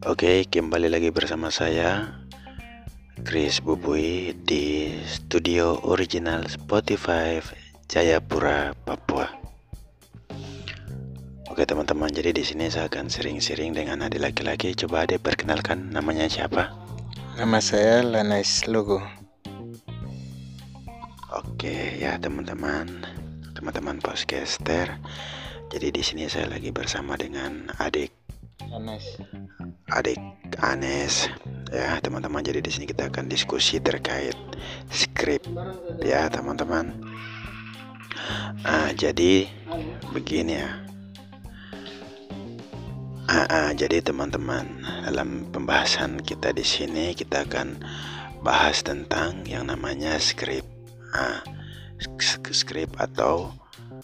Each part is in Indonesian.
Oke, kembali lagi bersama saya Chris Bubui di studio original Spotify Jayapura, Papua. Oke teman-teman, jadi di sini saya akan sering-sering dengan adik laki-laki. Coba adik perkenalkan namanya siapa? Nama saya Lanais Logo. Oke ya teman-teman podcaster. Jadi di sini saya lagi bersama dengan adik Anes. Ya teman-teman, jadi di sini kita akan diskusi terkait skrip ya teman-teman. Jadi begini ya. Jadi teman-teman, dalam pembahasan kita di sini kita akan bahas tentang yang namanya skrip. Skrip atau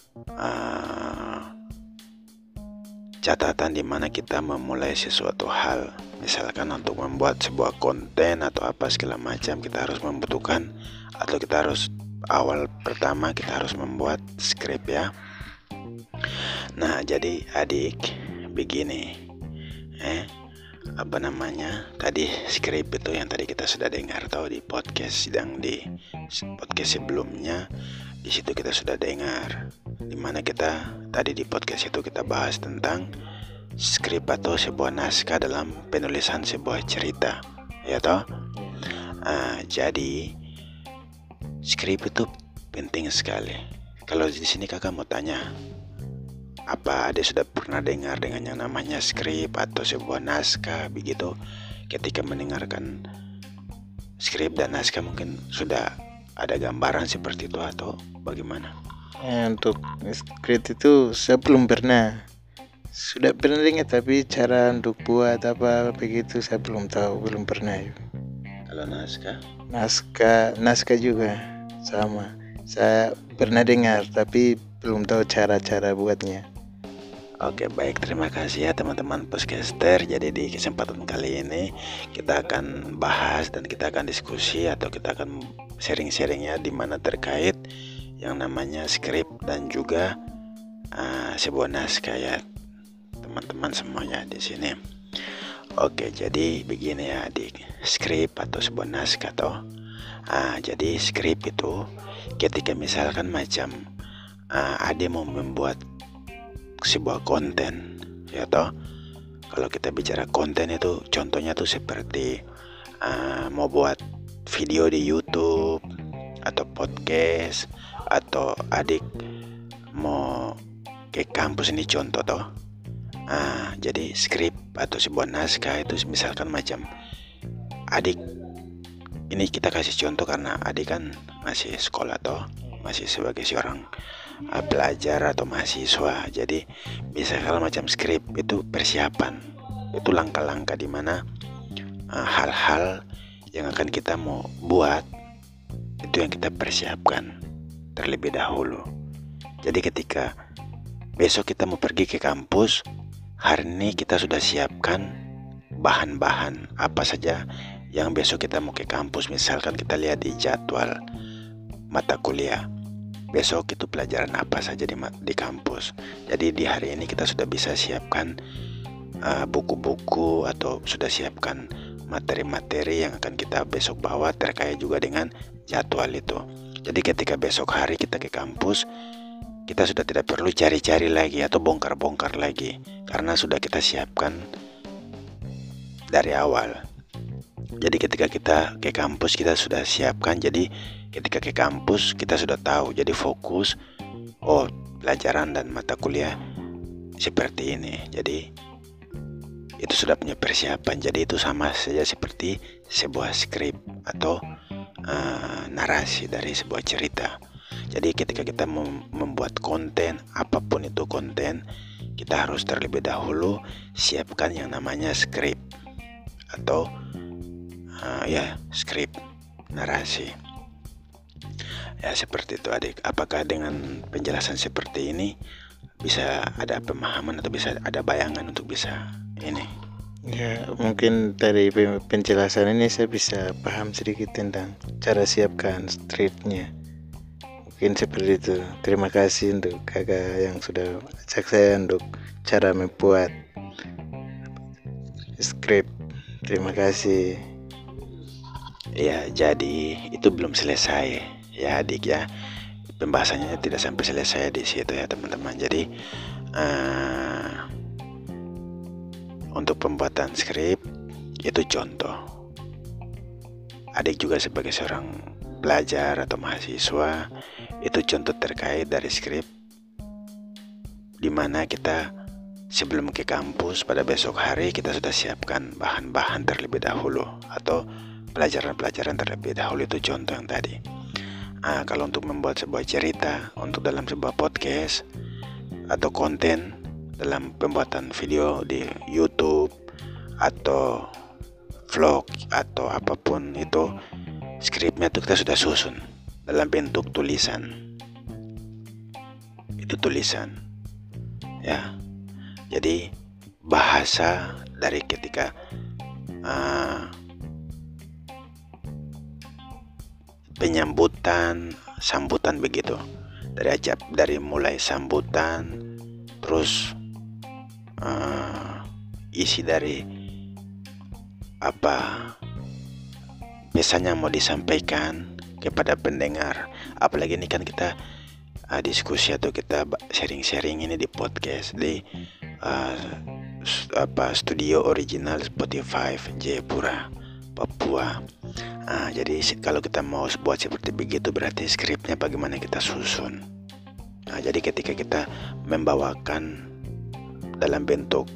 catatan di mana kita memulai sesuatu hal. Misalkan untuk membuat sebuah konten atau apa segala macam, kita harus membutuhkan atau kita harus pertama kita harus membuat skrip ya. Nah, jadi adik begini. Tadi skrip itu yang tadi kita sudah dengar tahu di podcast sebelumnya. Di situ kita sudah dengar dimana kita tadi di podcast itu kita bahas tentang skrip atau sebuah naskah dalam penulisan sebuah cerita, ya toh. Jadi skrip itu penting sekali. Kalau di sini kakak mau tanya, apa ada sudah pernah dengar dengan yang namanya skrip atau sebuah naskah begitu? Ketika mendengarkan skrip dan naskah mungkin sudah ada gambaran seperti itu atau bagaimana? Untuk skrip itu saya belum pernah. Sudah pernah dengar tapi cara untuk buat apa begitu saya belum tahu, belum pernah. Kalau naskah? Naskah juga sama. Saya pernah dengar tapi belum tahu cara-cara buatnya. Oke, baik, terima kasih ya teman-teman podcaster. Jadi di kesempatan kali ini kita akan bahas dan kita akan diskusi atau kita akan sharing-sharingnya di mana terkait yang namanya skrip dan juga sebuah naskah ya teman-teman semuanya di sini. Oke, jadi begini ya adik, skrip atau sebuah naskah toh. Jadi skrip itu ketika misalkan macam adik mau membuat sebuah konten ya toh. Kalau kita bicara konten itu contohnya tuh seperti mau buat video di YouTube atau podcast, atau adik mau ke kampus, ini contoh toh. Jadi skrip atau sebuah naskah itu misalkan macam adik, ini kita kasih contoh karena adik kan masih sekolah toh, masih sebagai seorang pelajar atau mahasiswa. Jadi bisa kalau macam skrip itu persiapan, itu langkah-langkah di mana hal-hal yang akan kita mau buat itu yang kita persiapkan terlebih dahulu. Jadi ketika besok kita mau pergi ke kampus, hari ini kita sudah siapkan bahan-bahan apa saja yang besok kita mau ke kampus. Misalkan kita lihat di jadwal mata kuliah, besok itu pelajaran apa saja di kampus. Jadi di hari ini kita sudah bisa siapkan buku-buku atau sudah siapkan materi-materi yang akan kita besok bawa terkait juga dengan jadwal itu. Jadi ketika besok hari kita ke kampus, kita sudah tidak perlu cari-cari lagi atau bongkar-bongkar lagi karena sudah kita siapkan dari awal. Jadi ketika kita ke kampus kita sudah siapkan, jadi ketika ke kampus kita sudah tahu, jadi fokus pelajaran dan mata kuliah seperti ini. Jadi itu sudah punya persiapan. Jadi itu sama saja seperti sebuah skrip atau narasi dari sebuah cerita. Jadi ketika kita membuat konten, apapun itu konten, kita harus terlebih dahulu siapkan yang namanya skrip atau skrip narasi. Ya seperti itu adik. Apakah dengan penjelasan seperti ini bisa ada pemahaman atau bisa ada bayangan untuk bisa ini? Ya, mungkin dari penjelasan ini saya bisa paham sedikit tentang cara siapkan skripnya. Mungkin seperti itu. Terima kasih untuk kakak yang sudah ajak saya untuk cara membuat skrip. Terima kasih. Ya, jadi itu belum selesai ya adik ya. Pembahasannya tidak sampai selesai di situ ya teman-teman. Jadi untuk pembuatan skrip itu contoh. Adik juga sebagai seorang pelajar atau mahasiswa itu contoh terkait dari skrip, dimana kita sebelum ke kampus pada besok hari kita sudah siapkan bahan-bahan terlebih dahulu atau pelajaran-pelajaran terlebih dahulu. Itu contoh yang tadi. Kalau untuk membuat sebuah cerita untuk dalam sebuah podcast atau konten dalam pembuatan video di YouTube atau vlog atau apapun itu, skripnya itu kita sudah susun dalam bentuk tulisan. Itu tulisan ya. Jadi bahasa dari ketika penyambutan, sambutan begitu, dari mulai sambutan, terus isi dari apa pesan yang mau disampaikan kepada pendengar. Apalagi ini kan kita diskusi atau kita sharing-sharing ini di podcast di studio original Spotify Jayapura, Papua. Jadi kalau kita mau buat seperti begitu berarti skripnya bagaimana kita susun. Jadi ketika kita membawakan dalam bentuk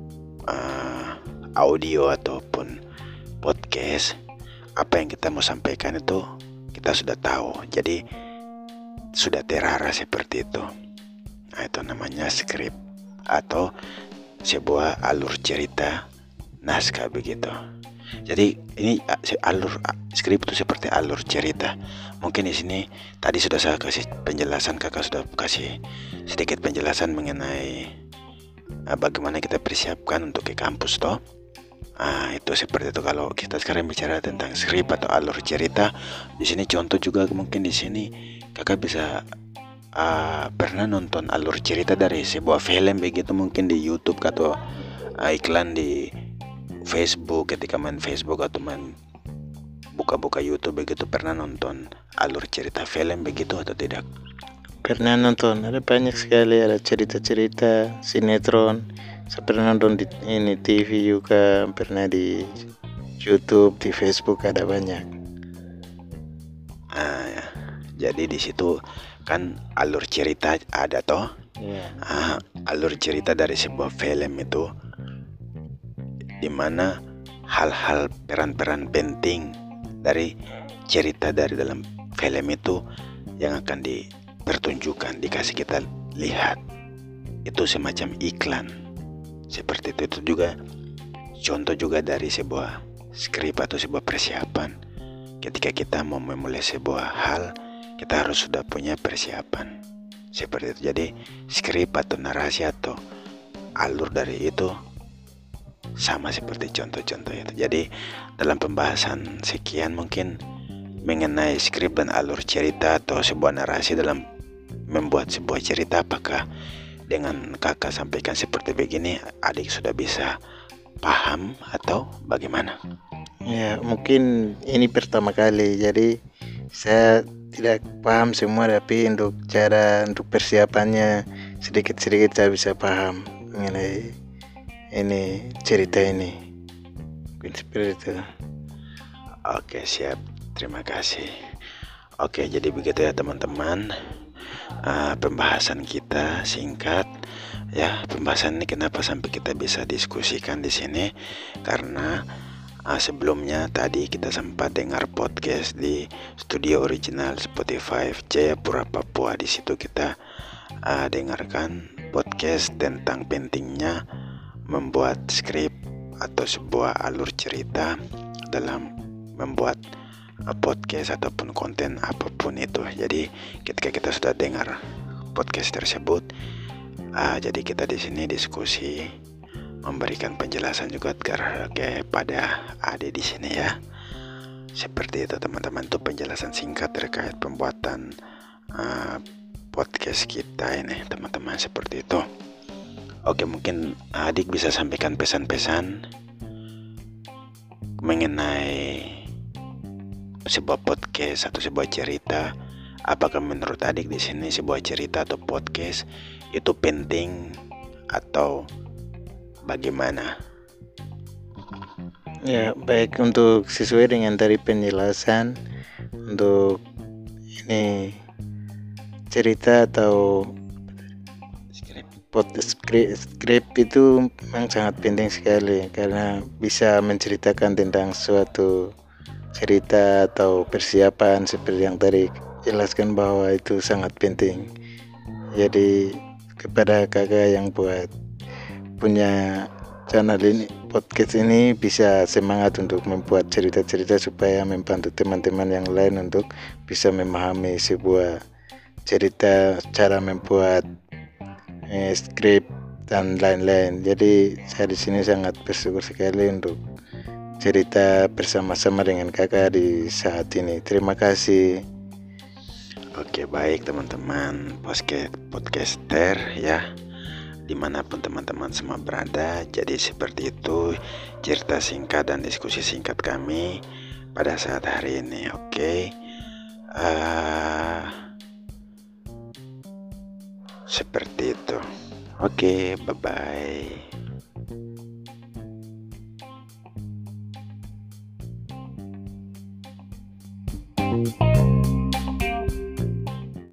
audio ataupun podcast, apa yang kita mau sampaikan itu kita sudah tahu. Jadi sudah terarah seperti itu. Itu namanya skrip atau sebuah alur cerita naskah begitu. Jadi ini alur skrip itu seperti alur cerita. Mungkin di sini tadi sudah saya kasih penjelasan, kakak sudah kasih sedikit penjelasan mengenai bagaimana kita persiapkan untuk ke kampus toh. Itu seperti itu. Kalau kita sekarang bicara tentang skrip atau alur cerita, di sini contoh juga mungkin di sini kakak bisa pernah nonton alur cerita dari sebuah film begitu, mungkin di YouTube atau iklan di Facebook. Ketika main Facebook atau main buka-buka YouTube begitu, pernah nonton alur cerita film begitu atau tidak? Pernah nonton, ada banyak sekali, ada cerita-cerita sinetron. Saya pernah nonton di TV juga, pernah di YouTube, di Facebook, ada banyak. Ya. Jadi di situ kan alur cerita ada toh. Alur cerita dari sebuah film itu, dimana hal-hal peran-peran penting dari cerita dari dalam film itu yang akan dipertunjukkan, dikasih kita lihat. Itu semacam iklan seperti itu. Itu juga contoh juga dari sebuah skrip atau sebuah persiapan. Ketika kita mau memulai sebuah hal, kita harus sudah punya persiapan seperti itu. Jadi skrip atau narasi atau alur dari itu sama seperti contoh-contoh itu. Jadi dalam pembahasan sekian mungkin mengenai skrip dan alur cerita atau sebuah narasi dalam membuat sebuah cerita, apakah dengan kakak sampaikan seperti begini adik sudah bisa paham atau bagaimana? Ya, mungkin ini pertama kali, jadi saya tidak paham semua, tapi untuk persiapannya sedikit-sedikit saya bisa paham mengenai ini cerita ini. Mungkin seperti itu. Oke, siap, terima kasih. Oke, jadi begitu ya teman-teman, pembahasan kita singkat ya. Pembahasan ini kenapa sampai kita bisa diskusikan di sini, karena sebelumnya tadi kita sempat dengar podcast di studio original Spotify Jayapura, Papua. Di situ kita dengarkan podcast tentang pentingnya membuat skrip atau sebuah alur cerita dalam membuat podcast ataupun konten apapun itu. Jadi ketika kita sudah dengar podcast tersebut, jadi kita di sini diskusi, memberikan penjelasan juga kepada adik di sini ya. Seperti itu teman-teman, itu penjelasan singkat terkait pembuatan podcast kita ini teman-teman, seperti itu. Oke, mungkin adik bisa sampaikan pesan-pesan mengenai sebuah podcast atau sebuah cerita. Apakah menurut adik di sini sebuah cerita atau podcast itu penting atau bagaimana? Ya, baik, untuk sesuai dengan tadi penjelasan, untuk ini cerita atau skrip itu memang sangat penting sekali, karena bisa menceritakan tentang suatu cerita atau persiapan seperti yang tadi jelaskan, bahwa itu sangat penting. Jadi kepada kakak yang buat punya channel ini, podcast ini, bisa semangat untuk membuat cerita-cerita supaya membantu teman-teman yang lain untuk bisa memahami sebuah cerita, cara membuat skrip dan lain-lain. Jadi saya di sini sangat bersyukur sekali untuk cerita bersama-sama dengan kakak di saat ini. Terima kasih. Oke, baik teman-teman podcaster ya, dimanapun teman-teman semua berada. Jadi seperti itu cerita singkat dan diskusi singkat kami pada saat hari ini. Oke, seperti itu. Oke, bye-bye.